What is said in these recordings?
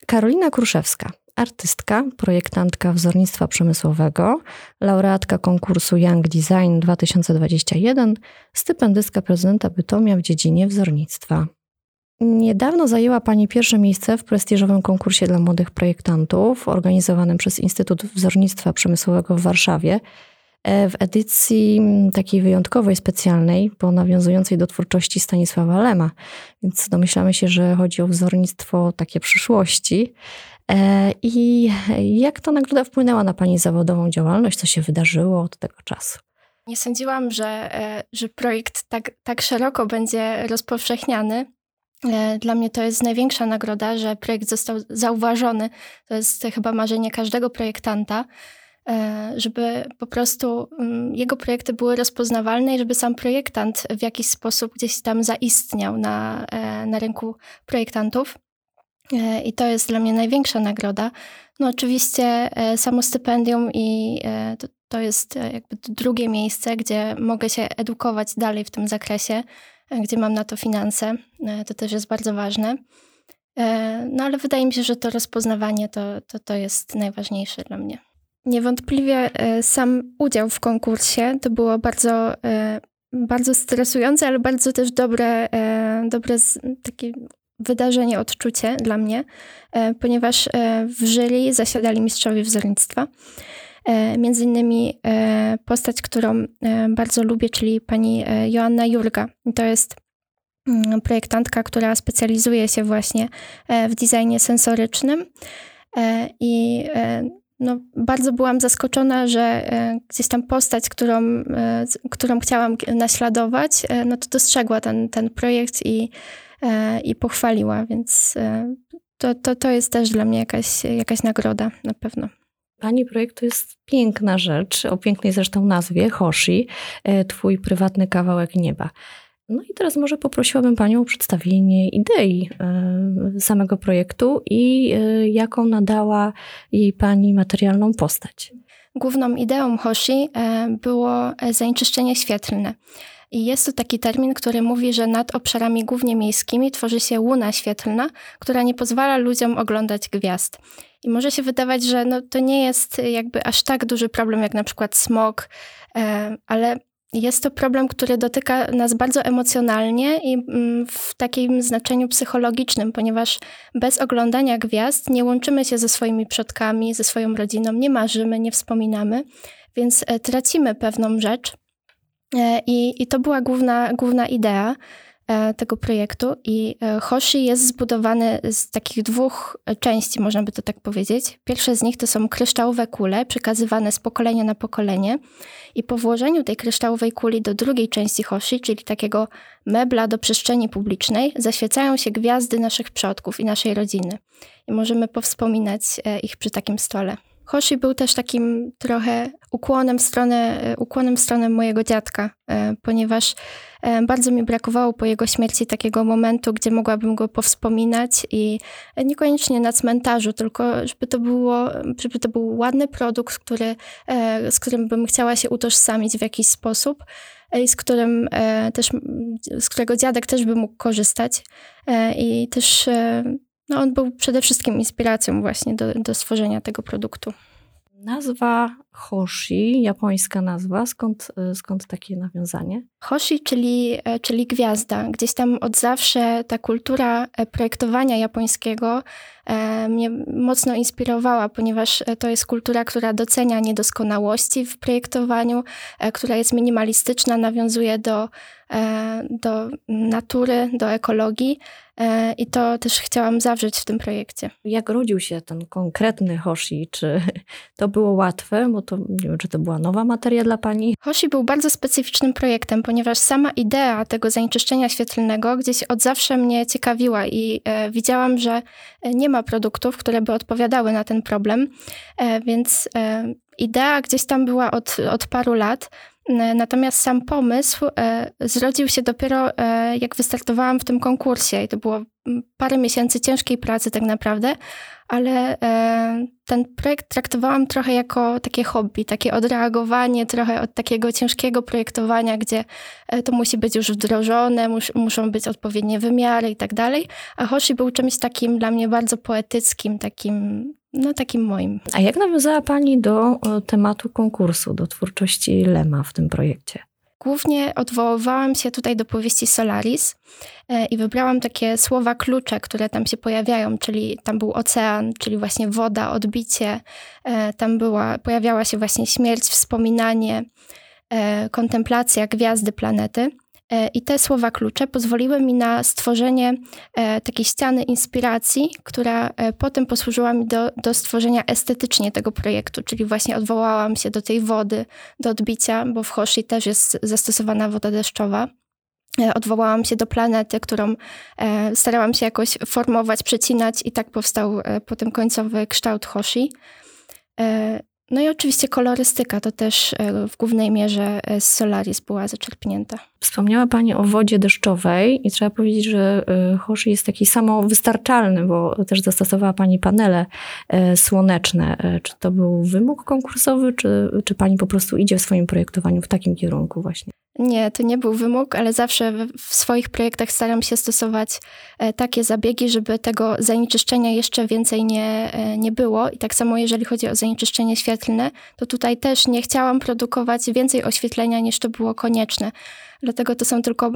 Karolina Kruszewska, artystka, projektantka wzornictwa przemysłowego, laureatka konkursu Young Design 2021, stypendystka prezydenta Bytomia w dziedzinie wzornictwa. Niedawno zajęła Pani pierwsze miejsce w prestiżowym konkursie dla młodych projektantów organizowanym przez Instytut Wzornictwa Przemysłowego w Warszawie w edycji takiej wyjątkowej, specjalnej, bo nawiązującej do twórczości Stanisława Lema. Więc domyślamy się, że chodzi o wzornictwo takie przyszłości. I jak ta nagroda wpłynęła na Pani zawodową działalność? Co się wydarzyło od tego czasu? Nie sądziłam, że projekt tak szeroko będzie rozpowszechniany. Dla mnie to jest największa nagroda, że projekt został zauważony. To jest chyba marzenie każdego projektanta, żeby po prostu jego projekty były rozpoznawalne i żeby sam projektant w jakiś sposób gdzieś tam zaistniał na rynku projektantów. I to jest dla mnie największa nagroda. No oczywiście samo stypendium i to jest jakby drugie miejsce, gdzie mogę się edukować dalej w tym zakresie, gdzie mam na to finanse. To też jest bardzo ważne. No ale wydaje mi się, że to rozpoznawanie to jest najważniejsze dla mnie. Niewątpliwie sam udział w konkursie to było bardzo stresujące, ale bardzo też dobre takie wydarzenie, odczucie dla mnie, ponieważ w jury zasiadali mistrzowie wzornictwa. Między innymi postać, którą bardzo lubię, czyli pani Joanna Jurga. To jest projektantka, która specjalizuje się właśnie w designie sensorycznym i bardzo byłam zaskoczona, że gdzieś tam postać, którą chciałam naśladować, to dostrzegła ten projekt i pochwaliła, więc to jest też dla mnie jakaś nagroda na pewno. Pani projekt to jest piękna rzecz, o pięknej zresztą nazwie, Hoshi, twój prywatny kawałek nieba. No i teraz może poprosiłabym Panią o przedstawienie idei samego projektu i jaką nadała jej Pani materialną postać. Główną ideą Hoshi było zanieczyszczenie świetlne. I jest to taki termin, który mówi, że nad obszarami głównie miejskimi tworzy się łuna świetlna, która nie pozwala ludziom oglądać gwiazd. I może się wydawać, że to nie jest jakby aż tak duży problem jak na przykład smog, ale jest to problem, który dotyka nas bardzo emocjonalnie i w takim znaczeniu psychologicznym, ponieważ bez oglądania gwiazd nie łączymy się ze swoimi przodkami, ze swoją rodziną, nie marzymy, nie wspominamy, więc tracimy pewną rzecz. I to była główna idea tego projektu i Hoshi jest zbudowany z takich dwóch części, można by to tak powiedzieć. Pierwsze z nich to są kryształowe kule przekazywane z pokolenia na pokolenie i po włożeniu tej kryształowej kuli do drugiej części Hoshi, czyli takiego mebla do przestrzeni publicznej, zaświecają się gwiazdy naszych przodków i naszej rodziny i możemy powspominać ich przy takim stole. Hoshi był też takim trochę ukłonem w stronę mojego dziadka, ponieważ bardzo mi brakowało po jego śmierci takiego momentu, gdzie mogłabym go powspominać i niekoniecznie na cmentarzu, tylko żeby to był ładny produkt, z którym bym chciała się utożsamić w jakiś sposób i z którego dziadek też by mógł korzystać i też on był przede wszystkim inspiracją właśnie do stworzenia tego produktu. Nazwa Hoshi, japońska nazwa, skąd takie nawiązanie? Hoshi, czyli gwiazda. Gdzieś tam od zawsze ta kultura projektowania japońskiego mnie mocno inspirowała, ponieważ to jest kultura, która docenia niedoskonałości w projektowaniu, która jest minimalistyczna, nawiązuje do natury, do ekologii i to też chciałam zawrzeć w tym projekcie. Jak rodził się ten konkretny Hoshi? Czy to było łatwe? Bo to nie wiem, czy to była nowa materia dla Pani? Hoshi był bardzo specyficznym projektem, ponieważ sama idea tego zanieczyszczenia świetlnego gdzieś od zawsze mnie ciekawiła i widziałam, że nie ma produktów, które by odpowiadały na ten problem, więc idea gdzieś tam była od paru lat. Natomiast sam pomysł zrodził się dopiero jak wystartowałam w tym konkursie i to było parę miesięcy ciężkiej pracy tak naprawdę, ale ten projekt traktowałam trochę jako takie hobby, takie odreagowanie trochę od takiego ciężkiego projektowania, gdzie to musi być już wdrożone, muszą być odpowiednie wymiary i tak dalej, a Hoshi był czymś takim dla mnie bardzo poetyckim, takim moim. A jak nawiązała Pani do tematu konkursu, do twórczości Lema w tym projekcie? Głównie odwoływałam się tutaj do powieści Solaris i wybrałam takie słowa klucze, które tam się pojawiają, czyli tam był ocean, czyli właśnie woda, odbicie, tam pojawiała się właśnie śmierć, wspominanie, kontemplacja, gwiazdy, planety. I te słowa klucze pozwoliły mi na stworzenie takiej ściany inspiracji, która potem posłużyła mi do stworzenia estetycznie tego projektu, czyli właśnie odwołałam się do tej wody, do odbicia, bo w Hoshi też jest zastosowana woda deszczowa. Odwołałam się do planety, którą starałam się jakoś formować, przecinać i tak powstał potem końcowy kształt Hoshi. No i oczywiście kolorystyka to też w głównej mierze z Solaris była zaczerpnięta. Wspomniała Pani o wodzie deszczowej i trzeba powiedzieć, że Hoshi jest taki samowystarczalny, bo też zastosowała Pani panele słoneczne. Czy to był wymóg konkursowy, czy Pani po prostu idzie w swoim projektowaniu w takim kierunku właśnie? Nie, to nie był wymóg, ale zawsze w swoich projektach staram się stosować takie zabiegi, żeby tego zanieczyszczenia jeszcze więcej nie było. I tak samo jeżeli chodzi o zanieczyszczenie świetlne, to tutaj też nie chciałam produkować więcej oświetlenia niż to było konieczne. Dlatego to są tylko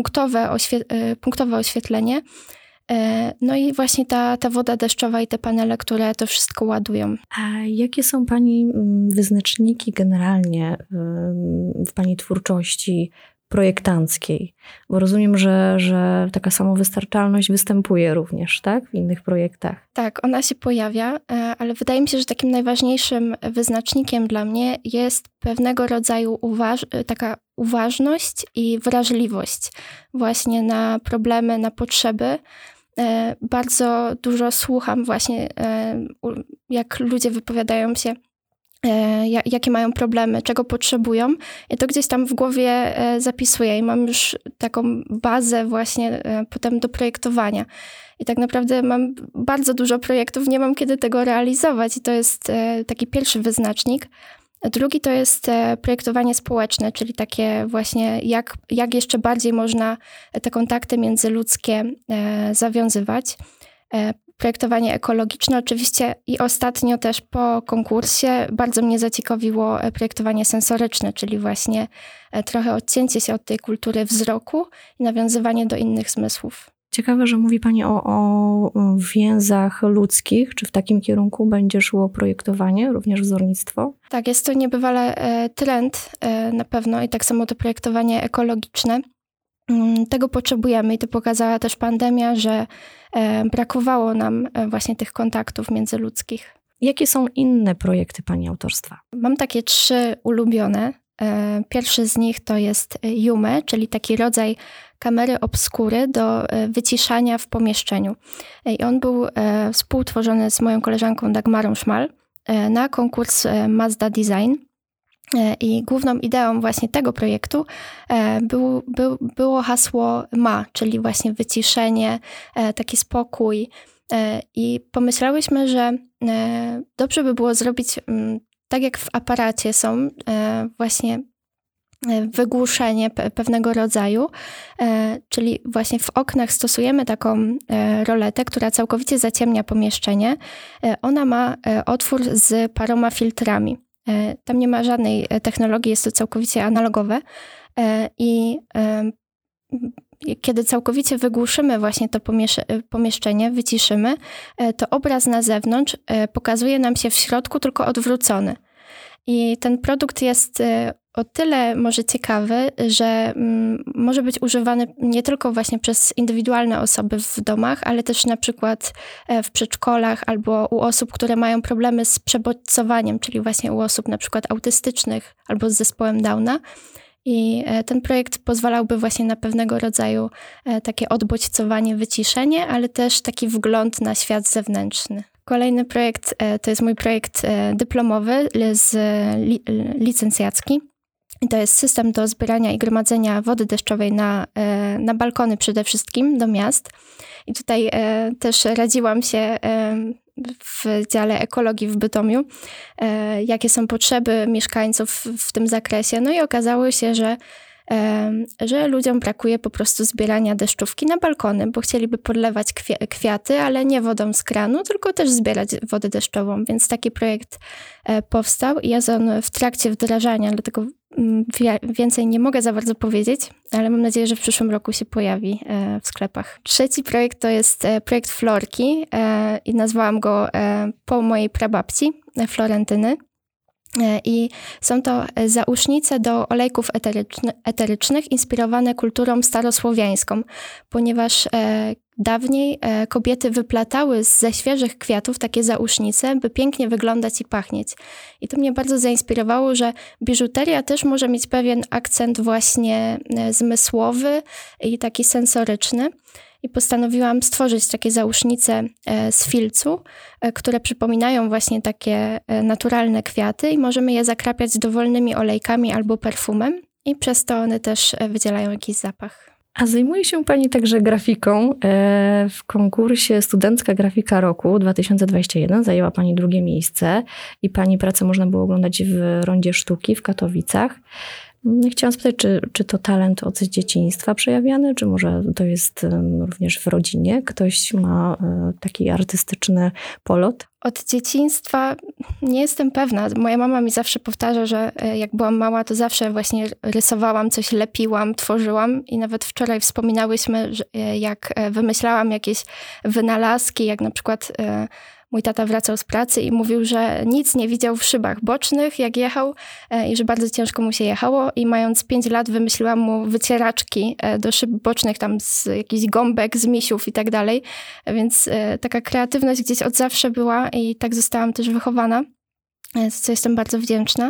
punktowe oświetlenie. No i właśnie ta woda deszczowa i te panele, które to wszystko ładują. A jakie są Pani wyznaczniki generalnie w Pani twórczości projektanckiej? Bo rozumiem, że taka samowystarczalność występuje również, tak? W innych projektach. Tak, ona się pojawia, ale wydaje mi się, że takim najważniejszym wyznacznikiem dla mnie jest pewnego rodzaju taka uważność i wrażliwość właśnie na problemy, na potrzeby. Bardzo dużo słucham właśnie, jak ludzie wypowiadają się, jakie mają problemy, czego potrzebują. I to gdzieś tam w głowie zapisuję i mam już taką bazę właśnie potem do projektowania. I tak naprawdę mam bardzo dużo projektów, nie mam kiedy tego realizować i to jest taki pierwszy wyznacznik. Drugi to jest projektowanie społeczne, czyli takie właśnie jak jeszcze bardziej można te kontakty międzyludzkie zawiązywać. Projektowanie ekologiczne oczywiście i ostatnio też po konkursie bardzo mnie zaciekawiło projektowanie sensoryczne, czyli właśnie trochę odcięcie się od tej kultury wzroku i nawiązywanie do innych zmysłów. Ciekawe, że mówi Pani o więzach ludzkich. Czy w takim kierunku będzie szło projektowanie, również wzornictwo? Tak, jest to niebywale trend na pewno i tak samo to projektowanie ekologiczne. Tego potrzebujemy i to pokazała też pandemia, że brakowało nam właśnie tych kontaktów międzyludzkich. Jakie są inne projekty Pani autorstwa? Mam takie 3 ulubione. Pierwszy z nich to jest Yume, czyli taki rodzaj kamery obskury do wyciszania w pomieszczeniu. I on był współtworzony z moją koleżanką Dagmarą Szmal na konkurs Mazda Design. I główną ideą właśnie tego projektu było hasło ma, czyli właśnie wyciszenie, taki spokój. I pomyślałyśmy, że dobrze by było zrobić tak jak w aparacie są właśnie wygłuszenie pewnego rodzaju, czyli właśnie w oknach stosujemy taką roletę, która całkowicie zaciemnia pomieszczenie. Ona ma otwór z paroma filtrami. Tam nie ma żadnej technologii, jest to całkowicie analogowe i kiedy całkowicie wygłuszymy właśnie to pomieszczenie, wyciszymy, to obraz na zewnątrz pokazuje nam się w środku tylko odwrócony. I ten produkt jest o tyle może ciekawy, że może być używany nie tylko właśnie przez indywidualne osoby w domach, ale też na przykład w przedszkolach albo u osób, które mają problemy z przebodźcowaniem, czyli właśnie u osób na przykład autystycznych albo z zespołem Downa. I ten projekt pozwalałby właśnie na pewnego rodzaju takie odbodźcowanie, wyciszenie, ale też taki wgląd na świat zewnętrzny. Kolejny projekt to jest mój projekt dyplomowy, licencjacki. I to jest system do zbierania i gromadzenia wody deszczowej na balkony przede wszystkim do miast. I tutaj też radziłam się w dziale ekologii w Bytomiu, jakie są potrzeby mieszkańców w tym zakresie. No i okazało się, że ludziom brakuje po prostu zbierania deszczówki na balkony, bo chcieliby podlewać kwiaty, ale nie wodą z kranu, tylko też zbierać wodę deszczową. Więc taki projekt powstał i jest on w trakcie wdrażania, dlatego więcej nie mogę za bardzo powiedzieć, ale mam nadzieję, że w przyszłym roku się pojawi w sklepach. Trzeci projekt to jest projekt Florki i nazwałam go po mojej prababci, Florentyny. I są to zausznice do olejków eterycznych inspirowane kulturą starosłowiańską, ponieważ dawniej kobiety wyplatały ze świeżych kwiatów takie zausznice, by pięknie wyglądać i pachnieć. I to mnie bardzo zainspirowało, że biżuteria też może mieć pewien akcent właśnie zmysłowy i taki sensoryczny. I postanowiłam stworzyć takie zausznice z filcu, które przypominają właśnie takie naturalne kwiaty i możemy je zakrapiać dowolnymi olejkami albo perfumem i przez to one też wydzielają jakiś zapach. A zajmuje się Pani także grafiką. W konkursie Studencka Grafika Roku 2021 zajęła Pani 2. miejsce i Pani pracę można było oglądać w Rondzie Sztuki w Katowicach. Chciałam spytać, czy to talent od dzieciństwa przejawiany, czy może to jest również w rodzinie? Ktoś ma taki artystyczny polot? Od dzieciństwa nie jestem pewna. Moja mama mi zawsze powtarza, że jak byłam mała, to zawsze właśnie rysowałam, coś lepiłam, tworzyłam i nawet wczoraj wspominałyśmy, że jak wymyślałam jakieś wynalazki, jak na przykład mój tata wracał z pracy i mówił, że nic nie widział w szybach bocznych, jak jechał i że bardzo ciężko mu się jechało i mając 5 lat wymyśliłam mu wycieraczki do szyb bocznych, tam z jakichś gąbek, z misiów i tak dalej. Więc taka kreatywność gdzieś od zawsze była i tak zostałam też wychowana, za co jestem bardzo wdzięczna.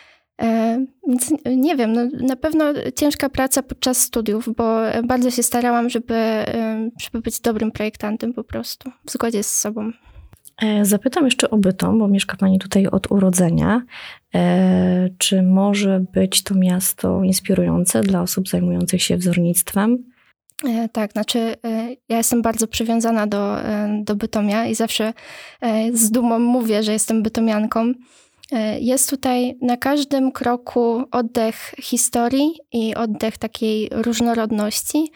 Więc nie wiem, no na pewno ciężka praca podczas studiów, bo bardzo się starałam, żeby być dobrym projektantem po prostu, w zgodzie z sobą. Zapytam jeszcze o Bytom, bo mieszka Pani tutaj od urodzenia. Czy może być to miasto inspirujące dla osób zajmujących się wzornictwem? Tak, znaczy ja jestem bardzo przywiązana do Bytomia i zawsze z dumą mówię, że jestem bytomianką. Jest tutaj na każdym kroku oddech historii i oddech takiej różnorodności.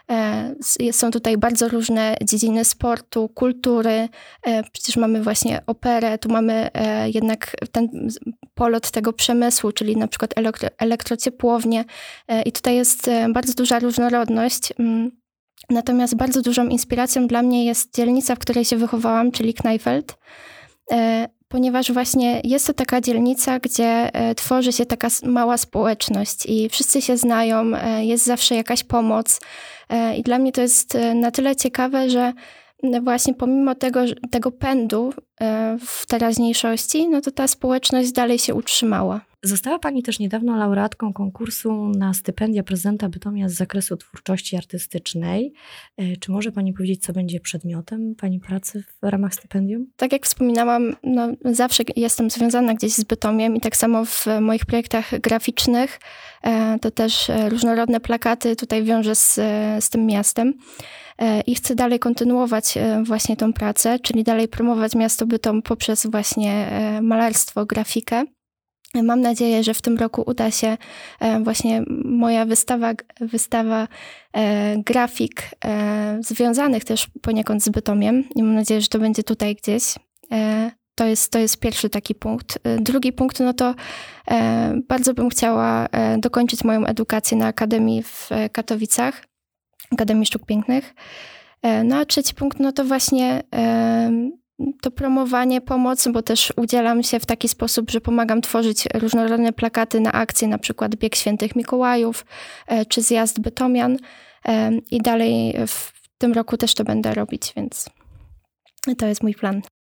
Są tutaj bardzo różne dziedziny sportu, kultury. Przecież mamy właśnie operę, tu mamy jednak ten polot tego przemysłu, czyli na przykład elektrociepłownie. I tutaj jest bardzo duża różnorodność. Natomiast bardzo dużą inspiracją dla mnie jest dzielnica, w której się wychowałam, czyli Knajfeld. Ponieważ właśnie jest to taka dzielnica, gdzie tworzy się taka mała społeczność i wszyscy się znają, jest zawsze jakaś pomoc. I dla mnie to jest na tyle ciekawe, że właśnie pomimo tego pędu w teraźniejszości, no to ta społeczność dalej się utrzymała. Została Pani też niedawno laureatką konkursu na stypendia prezydenta Bytomia z zakresu twórczości artystycznej. Czy może Pani powiedzieć, co będzie przedmiotem Pani pracy w ramach stypendium? Tak jak wspominałam, no zawsze jestem związana gdzieś z Bytomiem i tak samo w moich projektach graficznych to też różnorodne plakaty tutaj wiążę z tym miastem. I chcę dalej kontynuować właśnie tą pracę, czyli dalej promować miasto Bytom poprzez właśnie malarstwo, grafikę. Mam nadzieję, że w tym roku uda się właśnie moja wystawa grafik związanych też poniekąd z Bytomiem. I mam nadzieję, że to będzie tutaj gdzieś. To jest pierwszy taki punkt. Drugi punkt, no to bardzo bym chciała dokończyć moją edukację na Akademii w Katowicach, Akademii Sztuk Pięknych. No a trzeci punkt, no to właśnie to promowanie pomocy, bo też udzielam się w taki sposób, że pomagam tworzyć różnorodne plakaty na akcje, na przykład Bieg Świętych Mikołajów czy Zjazd Bytomian i dalej w tym roku też to będę robić, więc to jest mój plan.